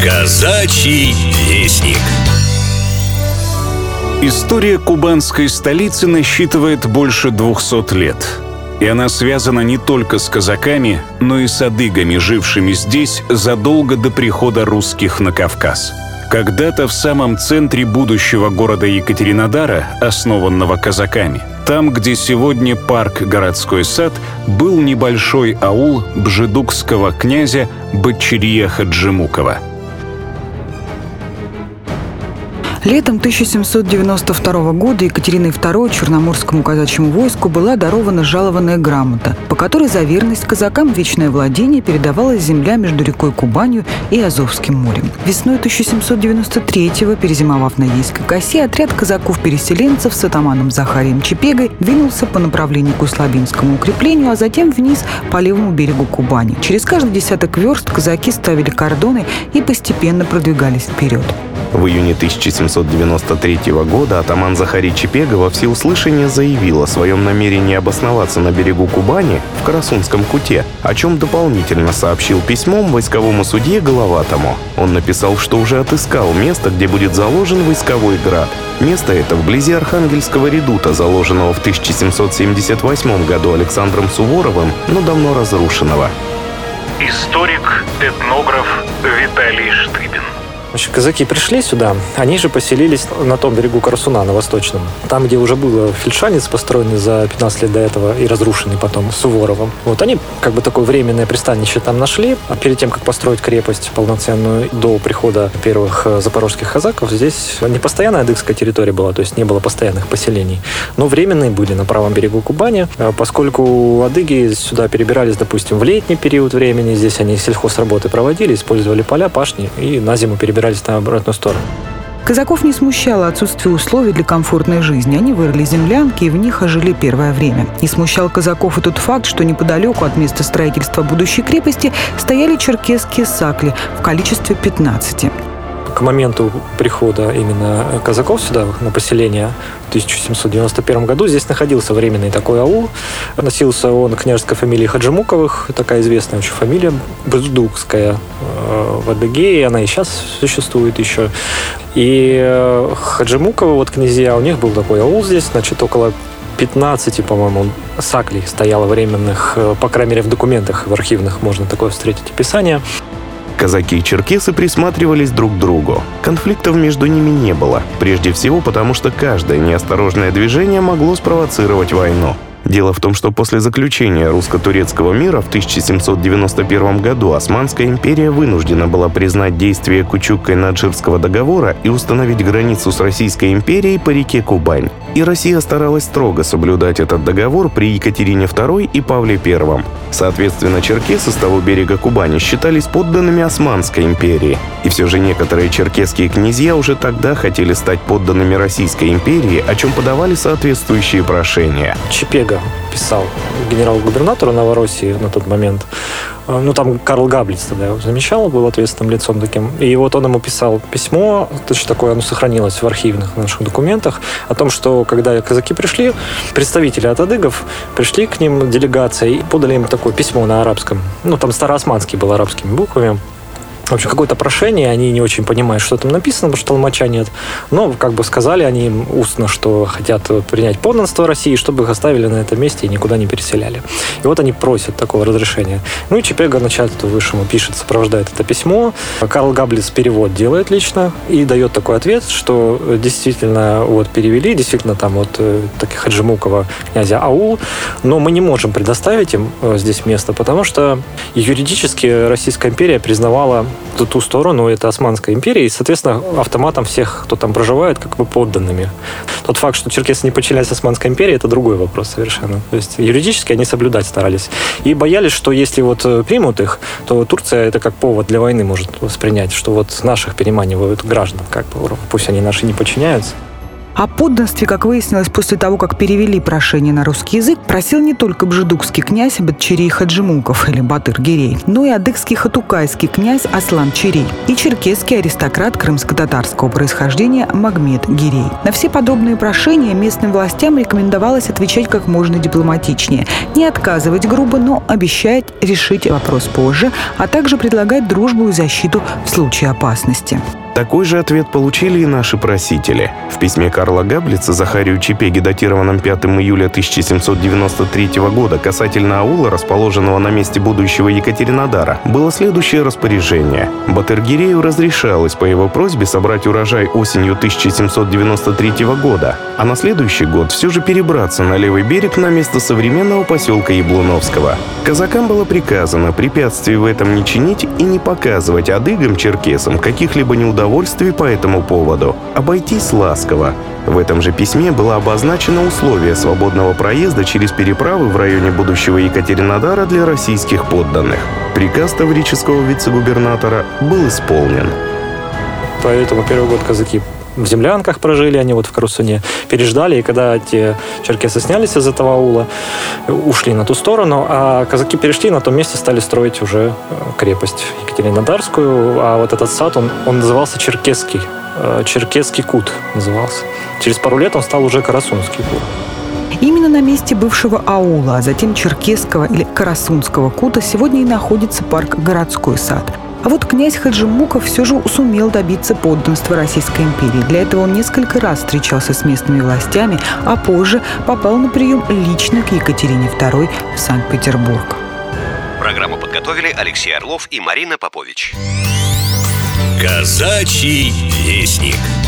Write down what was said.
Казачий вестник. История кубанской столицы насчитывает больше 200 лет. И она связана не только с казаками, но и с адыгами, жившими здесь задолго до прихода русских на Кавказ. Когда-то в самом центре будущего города Екатеринодара, основанного казаками, там, где сегодня парк «Городской сад», был небольшой аул бжедукского князя Батчирия Хаджимукова. Летом 1792 года Екатериной II Черноморскому казачьему войску была дарована жалованная грамота, по которой за верность казакам вечное владение передавалась земля между рекой Кубанью и Азовским морем. Весной 1793-го, перезимовав на Ейской косе, отряд казаков-переселенцев с атаманом Захарием Чепегой двинулся по направлению к Услабинскому укреплению, а затем вниз по левому берегу Кубани. Через каждый десяток верст казаки ставили кордоны и постепенно продвигались вперед. В июне 1793 года атаман Захарий Чепега во всеуслышание заявил о своем намерении обосноваться на берегу Кубани в Карасунском куте, о чем дополнительно сообщил письмом войсковому судье Головатому. Он написал, что уже отыскал место, где будет заложен войсковой град. Место это вблизи Архангельского редута, заложенного в 1778 году Александром Суворовым, но давно разрушенного. Историк, этнограф Виталий Штыбин. Значит, казаки пришли сюда, они же поселились на том берегу Карасуна, на восточном. Там, где уже был фельдшанец, построенный за 15 лет до этого и разрушенный потом Суворовым. Вот они как бы такое временное пристанище там нашли. А перед тем, как построить крепость полноценную до прихода первых запорожских казаков, здесь не постоянная адыгская территория была, то есть не было постоянных поселений, но временные были на правом берегу Кубани, поскольку адыги сюда перебирались, допустим, в летний период времени, здесь они сельхозработы проводили, использовали поля, пашни и на зиму перебирались на обратную сторону. Казаков не смущало отсутствие условий для комфортной жизни. Они вырыли землянки и в них ожили первое время. Не смущал казаков и тот факт, что неподалеку от места строительства будущей крепости стояли черкесские сакли в количестве 15. К моменту прихода именно казаков сюда, на поселение, в 1791 году, здесь находился временный такой аул. Носился он княжеской фамилии Хаджимуковых, такая известная очень фамилия, бжедукская в Адыгее, она и сейчас существует еще. И Хаджимуковы, вот князья, у них был такой аул здесь, значит, около 15, по-моему, саклей стояло временных, по крайней мере, в документах, в архивных можно такое встретить описание. Казаки и черкесы присматривались друг к другу. Конфликтов между ними не было. Прежде всего потому, что каждое неосторожное движение могло спровоцировать войну. Дело в том, что после заключения русско-турецкого мира в 1791 году Османская империя вынуждена была признать действие Кучук-Кайнадширского договора и установить границу с Российской империей по реке Кубань. И Россия старалась строго соблюдать этот договор при Екатерине II и Павле I. Соответственно, черкесы с того берега Кубани считались подданными Османской империи. И все же некоторые черкесские князья уже тогда хотели стать подданными Российской империи, о чем подавали соответствующие прошения. Чепега писал генерал-губернатору Новороссии на тот момент. Ну, там Карл Габлиц тогда его замещал, был ответственным лицом таким. И вот он ему писал письмо, точно такое, оно сохранилось в архивных наших документах, о том, что когда казаки пришли, представители от адыгов пришли к ним, делегация, и подали им такое письмо на арабском. Ну, там староосманский был арабскими буквами. В общем, какое-то прошение, они не очень понимают, что там написано, потому что толмача нет. Но, как бы сказали они им устно, что хотят принять подданство России, чтобы их оставили на этом месте и никуда не переселяли. И вот они просят такого разрешения. Ну и Чепега начальству высшему пишет, сопровождает это письмо. Карл Габлиц перевод делает лично и дает такой ответ, что действительно вот перевели, действительно там вот таких Хаджимукова князя аул, но мы не можем предоставить им здесь место, потому что юридически Российская империя признавала ту сторону, это Османская империя, и, соответственно, автоматом всех, кто там проживает, как бы подданными. Тот факт, что черкесы не подчинялись Османской империи, это другой вопрос совершенно. То есть юридически они соблюдать старались. И боялись, что если вот примут их, то Турция это как повод для войны может воспринять, что вот наших переманивают граждан, как бы, пусть они наши не подчиняются. О подданстве, как выяснилось после того, как перевели прошение на русский язык, просил не только бжедукский князь Батчерей Хаджимуков или Батыр-Гирей, но и адыгский хатукайский князь Аслан-Черей и черкесский аристократ крымско-татарского происхождения Магмед-Гирей. На все подобные прошения местным властям рекомендовалось отвечать как можно дипломатичнее, не отказывать грубо, но обещать решить вопрос позже, а также предлагать дружбу и защиту в случае опасности. Такой же ответ получили и наши просители. В письме Карла Габлица Захарию Чипеге, датированном 5 июля 1793 года, касательно аула, расположенного на месте будущего Екатеринодара, было следующее распоряжение. Батыр-Гирею разрешалось по его просьбе собрать урожай осенью 1793 года, а на следующий год все же перебраться на левый берег на место современного поселка Яблуновского. Казакам было приказано препятствий в этом не чинить и не показывать адыгам-черкесам каких-либо неудовольствий по этому поводу, обойтись ласково. В этом же письме было обозначено условие свободного проезда через переправы в районе будущего Екатеринодара для российских подданных. Приказ таврического вице-губернатора был исполнен. Поэтому первый год казаки в землянках прожили, они вот в Карасуне переждали, и когда те черкесы снялись из этого аула, ушли на ту сторону, а казаки перешли, на том месте стали строить уже крепость Екатеринодарскую, а вот этот сад, он назывался Черкесский кут назывался. Через пару лет он стал уже Карасунский кут. Именно на месте бывшего аула, а затем Черкесского или Карасунского кута сегодня и находится парк «Городской сад». А вот князь Хаджимуков все же сумел добиться подданства Российской империи. Для этого он несколько раз встречался с местными властями, а позже попал на прием лично к Екатерине II в Санкт-Петербург. Программу подготовили Алексей Орлов и Марина Попович. Казачий вестник.